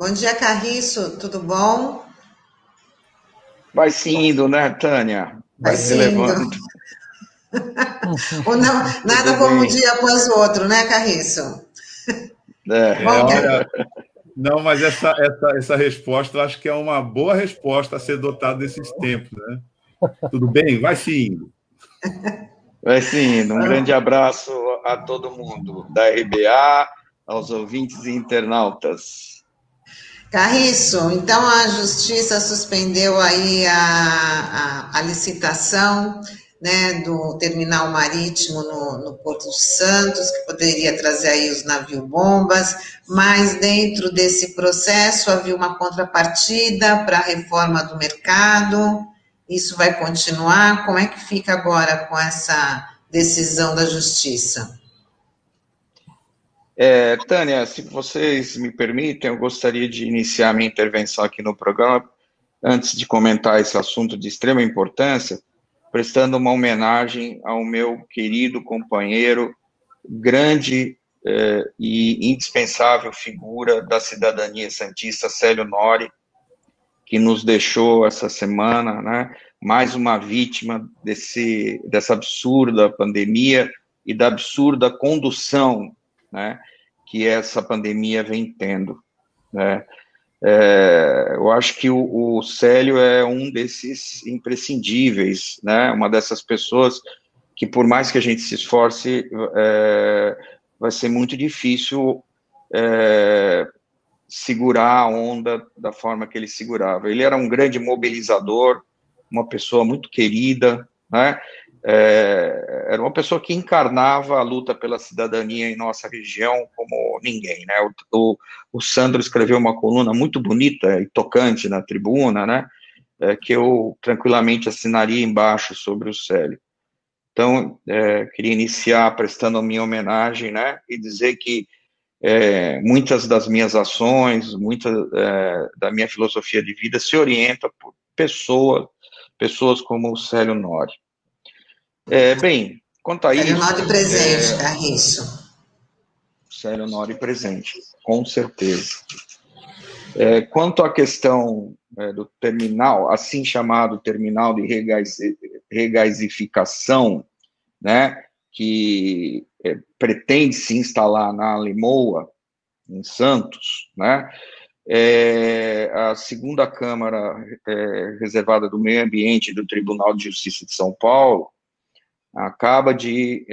Bom dia, Carriço, tudo bom? Vai se indo, né, Tânia? Vai Vai se sim, levando. ou não, Tudo nada como um bem. dia após o outro, né, Carriço? Bom, Olha, não, mas essa resposta eu acho que é uma boa resposta a ser dotada desses tempos, né? Tudo bem? Vai se indo. Vai se indo. Um grande abraço a todo mundo da RBA, aos ouvintes e internautas. Carriço, então a Justiça suspendeu aí a licitação, né, do terminal marítimo no Porto Santos, que poderia trazer aí os navios-bombas, mas dentro desse processo havia uma contrapartida para a reforma do mercado. Isso vai continuar? Como é que fica agora com essa decisão da Justiça? Tânia, se vocês me permitem, eu gostaria de iniciar minha intervenção aqui no programa, antes de comentar esse assunto de extrema importância, prestando uma homenagem ao meu querido companheiro, grande e indispensável figura da cidadania santista, Célio Nori, que nos deixou essa semana, né? Mais uma vítima dessa absurda pandemia e da absurda condução, né, que essa pandemia vem tendo, né? Eu acho que o Célio é um desses imprescindíveis, né? Uma dessas pessoas que, por mais que a gente se esforce, vai ser muito difícil segurar a onda da forma que ele segurava. Ele era um grande mobilizador, uma pessoa muito querida, né? Era uma pessoa que encarnava a luta pela cidadania em nossa região como ninguém, né? O Sandro escreveu uma coluna muito bonita e tocante na tribuna, né? Que eu tranquilamente assinaria embaixo sobre o Célio. Então, queria iniciar prestando a minha homenagem, né? E dizer que muitas das minhas ações, da minha filosofia de vida se orienta por pessoas como o Célio Nori. Bem, quanto a Célio isso... Nori presente, Carriço. Célio Nori presente, com certeza. Quanto à questão do terminal, assim chamado terminal de regasificação, né, que pretende se instalar na Lemoa, em Santos, né, a segunda Câmara reservada do Meio Ambiente do Tribunal de Justiça de São Paulo acaba de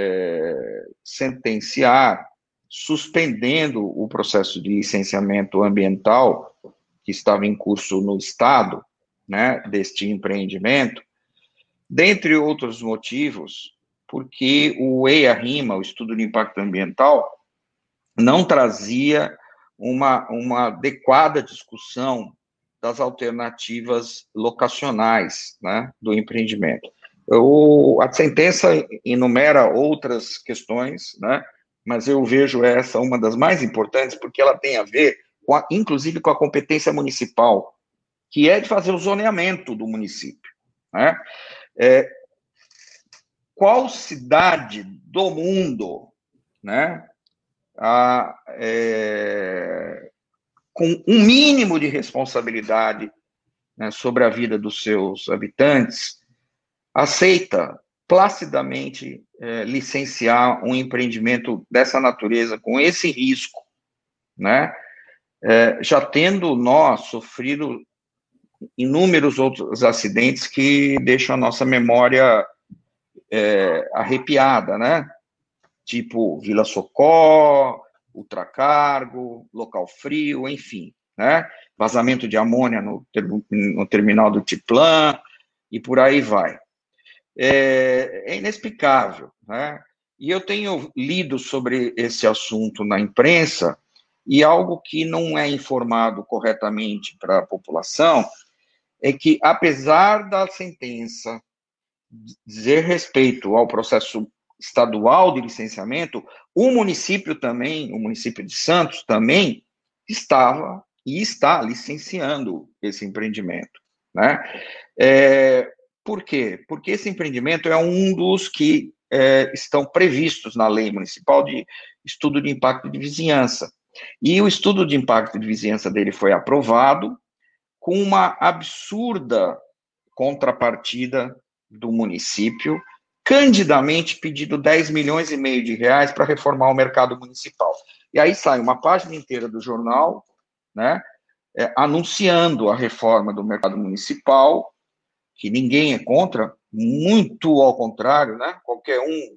sentenciar, suspendendo o processo de licenciamento ambiental que estava em curso no Estado, né, deste empreendimento, dentre outros motivos, porque o EIA-RIMA, o Estudo de Impacto Ambiental, não trazia uma adequada discussão das alternativas locacionais, né, do empreendimento. A sentença enumera outras questões, né, mas eu vejo essa uma das mais importantes, porque ela tem a ver, inclusive, com a competência municipal, que é de fazer o zoneamento do município, né? Qual cidade do mundo, né, com um mínimo de responsabilidade, né, sobre a vida dos seus habitantes, aceita placidamente licenciar um empreendimento dessa natureza, com esse risco, né? Já tendo nós sofrido inúmeros outros acidentes que deixam a nossa memória arrepiada, né? Tipo Vila Socó, ultracargo, local frio, enfim, né? Vazamento de amônia no terminal do Tiplan, e por aí vai. É inexplicável, né? E eu tenho lido sobre esse assunto na imprensa, e algo que não é informado corretamente para a população é que, apesar da sentença dizer respeito ao processo estadual de licenciamento, o município de Santos também estava e está licenciando esse empreendimento, né? Por quê? Porque esse empreendimento é um dos que estão previstos na lei municipal de estudo de impacto de vizinhança. E o estudo de impacto de vizinhança dele foi aprovado com uma absurda contrapartida do município, candidamente pedindo 10 milhões e meio de reais para reformar o mercado municipal. E aí sai uma página inteira do jornal, né, anunciando a reforma do mercado municipal, que ninguém é contra, muito ao contrário, né, qualquer um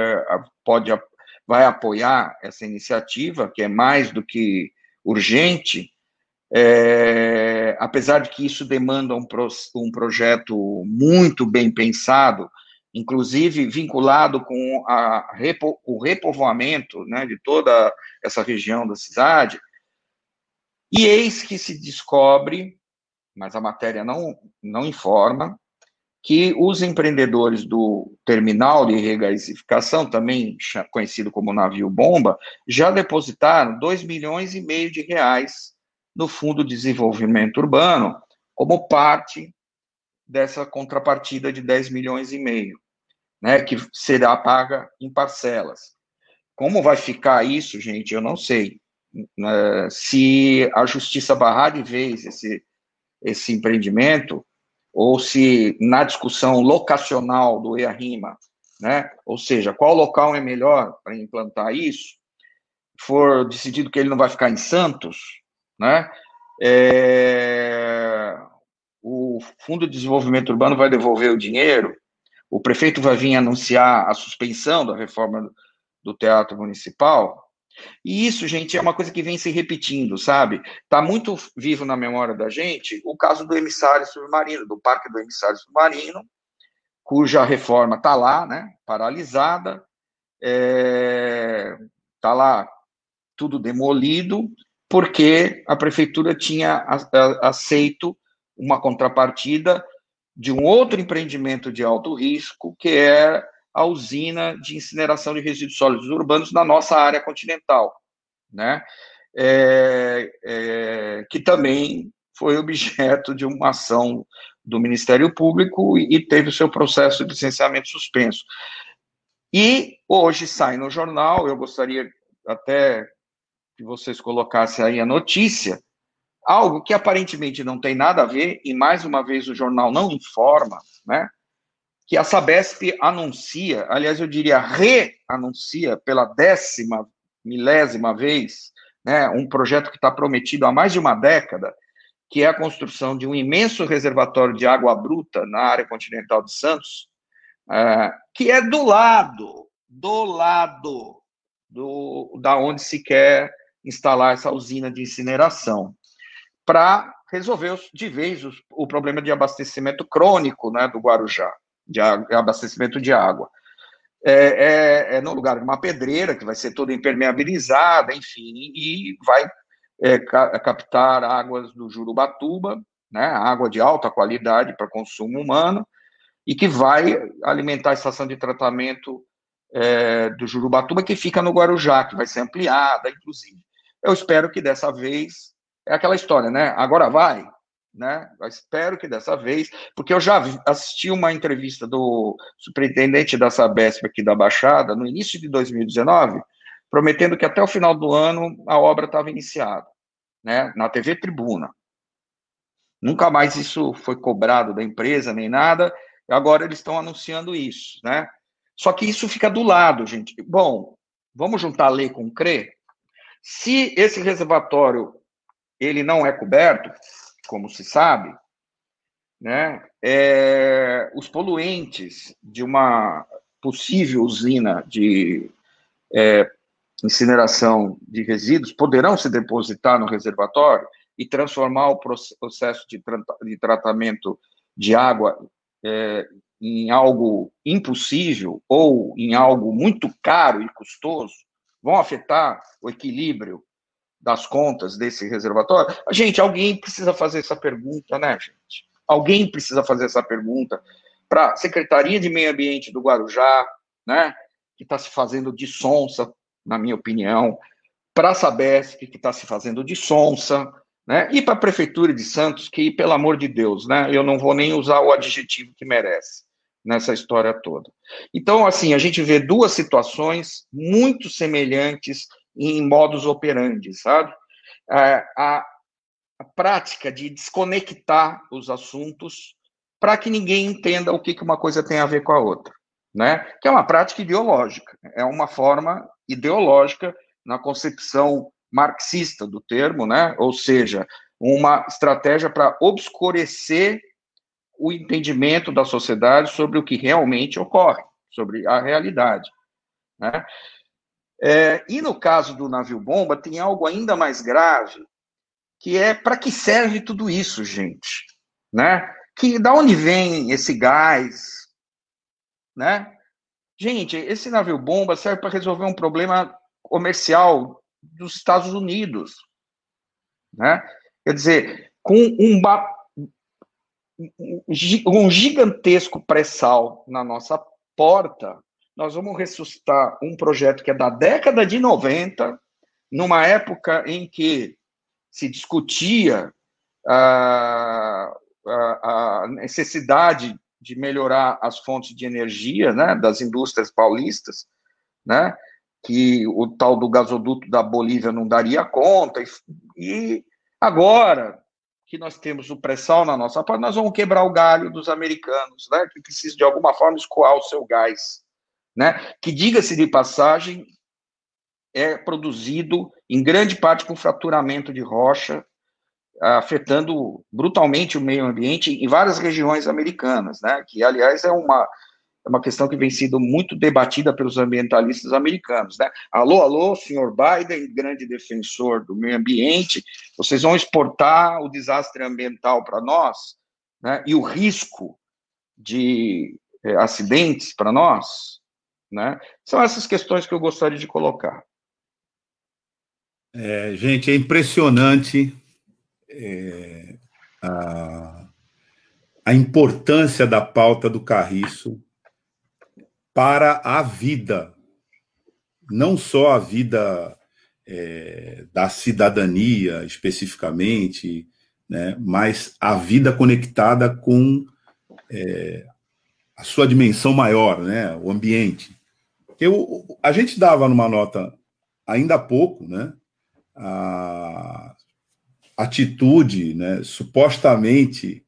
vai apoiar essa iniciativa, que é mais do que urgente, apesar de que isso demanda um projeto muito bem pensado, inclusive vinculado com o repovoamento, né, de toda essa região da cidade, e eis que se descobre, mas a matéria não informa, que os empreendedores do terminal de regasificação, também conhecido como navio-bomba, já depositaram 2 milhões e meio de reais no Fundo de Desenvolvimento Urbano, como parte dessa contrapartida de 10 milhões e meio, né, que será paga em parcelas. Como vai ficar isso, gente, eu não sei. Se a justiça barrar de vez esse empreendimento, ou se na discussão locacional do EARIMA, né, ou seja, qual local é melhor para implantar isso, for decidido que ele não vai ficar em Santos, né, o Fundo de Desenvolvimento Urbano vai devolver o dinheiro, o prefeito vai vir anunciar a suspensão da reforma do Teatro Municipal. E isso, gente, é uma coisa que vem se repetindo, sabe? Está muito vivo na memória da gente o caso do emissário submarino, do Parque do Emissário Submarino, cuja reforma está lá, né, paralisada, está lá tudo demolido, porque a prefeitura tinha aceito uma contrapartida de um outro empreendimento de alto risco, que é a usina de incineração de resíduos sólidos urbanos na nossa área continental, né? Que também foi objeto de uma ação do Ministério Público e teve o seu processo de licenciamento suspenso. E hoje sai no jornal, eu gostaria até que vocês colocassem aí a notícia, algo que aparentemente não tem nada a ver, e mais uma vez o jornal não informa, né? Que a Sabesp anuncia, aliás, eu diria reanuncia pela 10ª vez, né, um projeto que está prometido há mais de uma década, que é a construção de um imenso reservatório de água bruta na área continental de Santos, que é do lado da onde se quer instalar essa usina de incineração, para resolver de vez o problema de abastecimento crônico, né, do Guarujá, de abastecimento de água. No lugar de uma pedreira, que vai ser toda impermeabilizada, enfim, e vai captar águas do Jurubatuba, né, água de alta qualidade para consumo humano, e que vai alimentar a estação de tratamento do Jurubatuba, que fica no Guarujá, que vai ser ampliada, inclusive. Eu espero que dessa vez, é aquela história, né, agora vai, né? Eu espero que dessa vez, porque eu já assisti uma entrevista do superintendente da Sabesp aqui da Baixada, no início de 2019, prometendo que até o final do ano a obra estava iniciada, né? Na TV Tribuna. Nunca mais isso foi cobrado da empresa, nem nada, agora eles estão anunciando isso, né? Só que isso fica do lado, gente. Bom, vamos juntar lei com crer? Se esse reservatório ele não é coberto, como se sabe, né, os poluentes de uma possível usina de incineração de resíduos poderão se depositar no reservatório e transformar o processo de tratamento de água em algo impossível ou em algo muito caro e custoso, vão afetar o equilíbrio das contas desse reservatório? Gente, alguém precisa fazer essa pergunta, né, gente? Alguém precisa fazer essa pergunta para a Secretaria de Meio Ambiente do Guarujá, né, que está se fazendo de sonsa, na minha opinião, para a Sabesp, que está se fazendo de sonsa, né, e para a Prefeitura de Santos, que, pelo amor de Deus, né, eu não vou nem usar o adjetivo que merece nessa história toda. Então, assim, a gente vê duas situações muito semelhantes em modus operandi, sabe? A prática de desconectar os assuntos para que ninguém entenda o que uma coisa tem a ver com a outra, né? Que é uma prática ideológica, é uma forma ideológica na concepção marxista do termo, né? Ou seja, uma estratégia para obscurecer o entendimento da sociedade sobre o que realmente ocorre, sobre a realidade, né? E no caso do navio-bomba, tem algo ainda mais grave, que é para que serve tudo isso, gente, né? Que da onde vem esse gás, né? Gente, esse navio-bomba serve para resolver um problema comercial dos Estados Unidos, né? Quer dizer, com um gigantesco pré-sal na nossa porta, nós vamos ressuscitar um projeto que é da década de 90, numa época em que se discutia a necessidade de melhorar as fontes de energia, né, das indústrias paulistas, né, que o tal do gasoduto da Bolívia não daria conta, e agora que nós temos o pré-sal na nossa porta, nós vamos quebrar o galho dos americanos, né, que precisam de alguma forma escoar o seu gás, né, que, diga-se de passagem, é produzido em grande parte com fraturamento de rocha, afetando brutalmente o meio ambiente em várias regiões americanas, né? Que, aliás, é uma questão que vem sendo muito debatida pelos ambientalistas americanos, né? Alô, alô, senhor Biden, grande defensor do meio ambiente, vocês vão exportar o desastre ambiental para nós, né? E o risco de acidentes para nós, né? São essas questões que eu gostaria de colocar. Gente, é impressionante a importância da pauta do Carriço para a vida, não só a vida da cidadania especificamente, né, mas a vida conectada com a sua dimensão maior, né, o ambiente. A gente dava numa nota ainda há pouco, né, a atitude, né, supostamente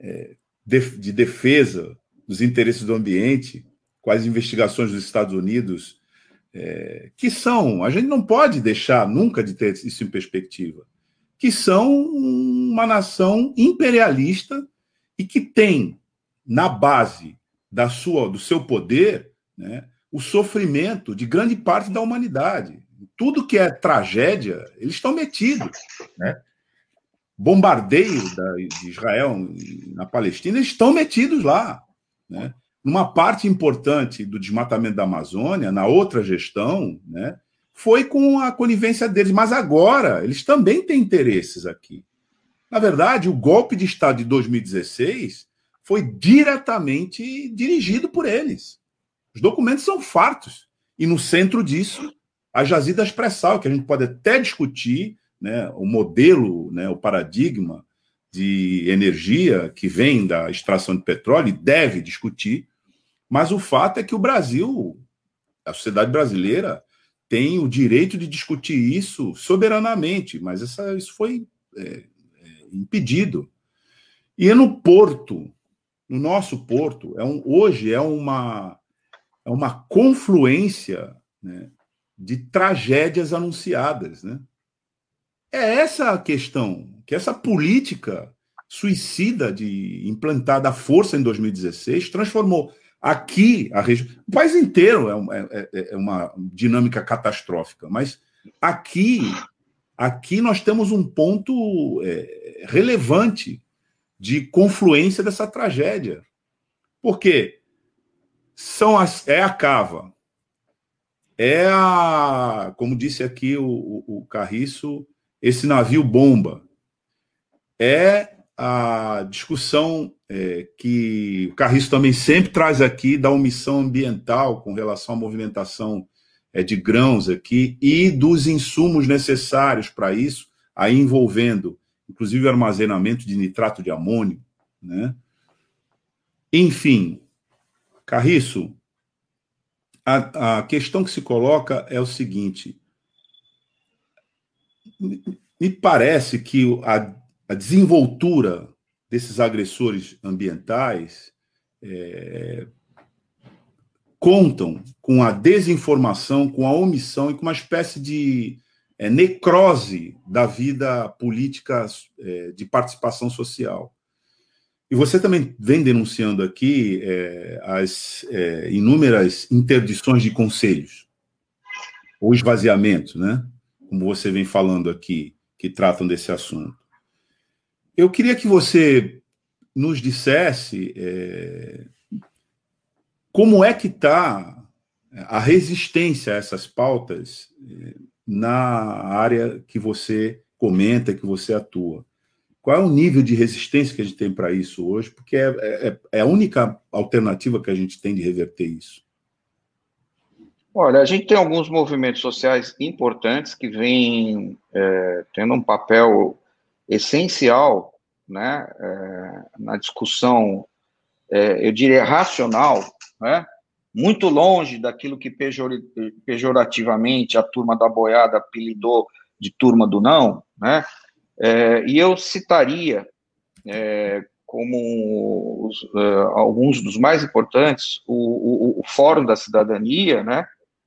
de defesa dos interesses do ambiente, com as investigações dos Estados Unidos, que são, a gente não pode deixar nunca de ter isso em perspectiva, que são uma nação imperialista e que tem na base do seu poder, né, o sofrimento de grande parte da humanidade. Tudo que é tragédia, eles estão metidos, né? Bombardeio de Israel na Palestina, eles estão metidos lá, né? Numa parte importante do desmatamento da Amazônia, na outra gestão, né, foi com a conivência deles, mas agora eles também têm interesses aqui. Na verdade, o golpe de Estado de 2016 foi diretamente dirigido por eles. Os documentos são fartos. E no centro disso, as jazidas pré-sal, que a gente pode até discutir, né, o modelo, né, o paradigma de energia que vem da extração de petróleo, e deve discutir, mas o fato é que o Brasil, a sociedade brasileira, tem o direito de discutir isso soberanamente, mas isso foi impedido. E no porto, no nosso porto, hoje é uma confluência, né, de tragédias anunciadas, né? É essa a questão, que essa política suicida de implantada à força em 2016 transformou aqui a região. O país inteiro é uma dinâmica catastrófica, mas aqui nós temos um ponto relevante de confluência dessa tragédia. Por quê? É a cava, como disse aqui o Carriço, esse navio bomba, é a discussão que o Carriço também sempre traz aqui da omissão ambiental com relação à movimentação de grãos aqui e dos insumos necessários para isso, aí envolvendo, inclusive, o armazenamento de nitrato de amônio, né? Enfim, Carriço, a questão que se coloca é o seguinte: me parece que a desenvoltura desses agressores ambientais contam com a desinformação, com a omissão e com uma espécie de necrose da vida política de participação social. E você também vem denunciando aqui as inúmeras interdições de conselhos, ou esvaziamentos, né? Como você vem falando aqui, que tratam desse assunto. Eu queria que você nos dissesse como é que está a resistência a essas pautas na área que você comenta, que você atua. Qual é o nível de resistência que a gente tem para isso hoje? Porque é a única alternativa que a gente tem de reverter isso. Olha, a gente tem alguns movimentos sociais importantes que vêm tendo um papel essencial, né, na discussão, eu diria, racional, né, muito longe daquilo que pejorativamente a turma da boiada apelidou de turma do não, né, e eu citaria como alguns dos mais importantes o Fórum da Cidadania, né,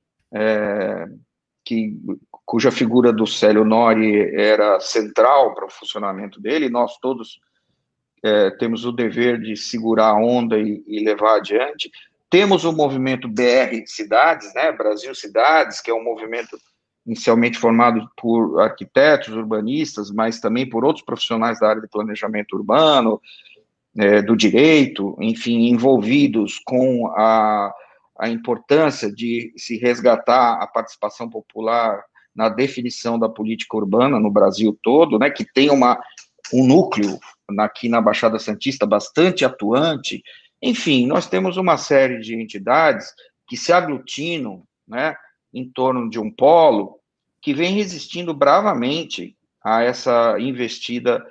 cuja figura do Célio Nori era central para o funcionamento dele. Nós todos temos o dever de segurar a onda e levar adiante. Temos o movimento BR Cidades, né, Brasil Cidades, que é um movimento inicialmente formado por arquitetos, urbanistas, mas também por outros profissionais da área de planejamento urbano, do direito, enfim, envolvidos com a importância de se resgatar a participação popular na definição da política urbana no Brasil todo, né, que tem um núcleo aqui na Baixada Santista bastante atuante. Enfim, nós temos uma série de entidades que se aglutinam, né, em torno de um polo que vem resistindo bravamente a essa investida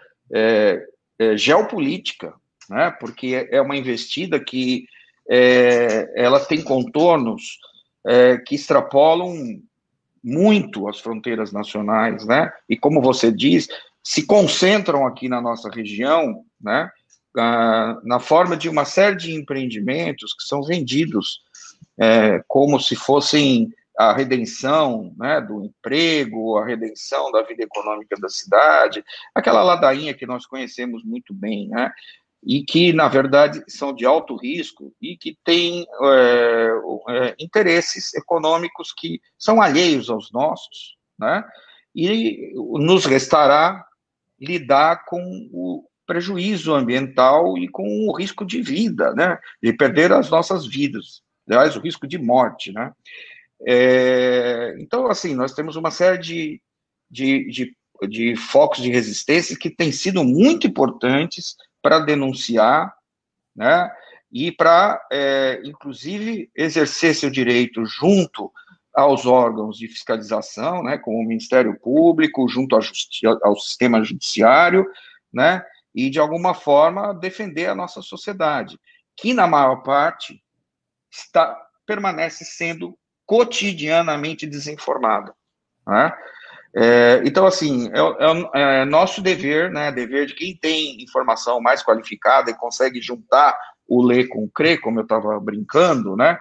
geopolítica, né, porque é uma investida que ela tem contornos que extrapolam muito as fronteiras nacionais, né, e como você diz, se concentram aqui na nossa região, né, na forma de uma série de empreendimentos que são vendidos como se fossem a redenção, né, do emprego, a redenção da vida econômica da cidade, aquela ladainha que nós conhecemos muito bem, né, e que, na verdade, são de alto risco e que têm interesses econômicos que são alheios aos nossos, né, e nos restará lidar com o prejuízo ambiental e com o risco de vida, né, de perder as nossas vidas, aliás, o risco de morte, né. Então, assim, nós temos uma série de focos de resistência que têm sido muito importantes para denunciar, né, e para, inclusive, exercer seu direito junto aos órgãos de fiscalização, né, como o Ministério Público, junto ao sistema judiciário, né, e, de alguma forma, defender a nossa sociedade, que, na maior parte, permanece sendo cotidianamente desinformada, né? Então, assim, é nosso dever, né, dever de quem tem informação mais qualificada e consegue juntar o ler com o crer, como eu estava brincando, né,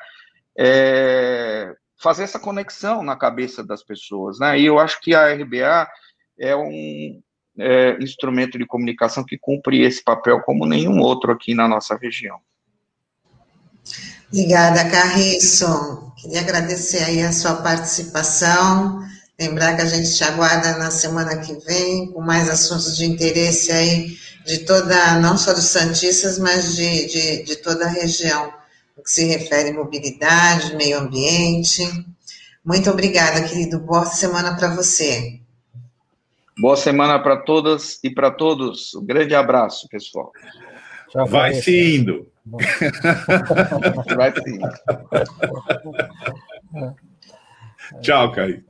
fazer essa conexão na cabeça das pessoas, né, e eu acho que a RBA é um instrumento de comunicação que cumpre esse papel como nenhum outro aqui na nossa região. Obrigada, Carriço. Queria agradecer aí a sua participação, lembrar que a gente te aguarda na semana que vem, com mais assuntos de interesse aí, de toda, não só dos santistas, mas de toda a região, no que se refere à mobilidade, meio ambiente. Muito obrigada, querido. Boa semana para você. Boa semana para todas e para todos. Um grande abraço, pessoal. Tchau, vai se indo. Vai se indo. Tchau, Caio.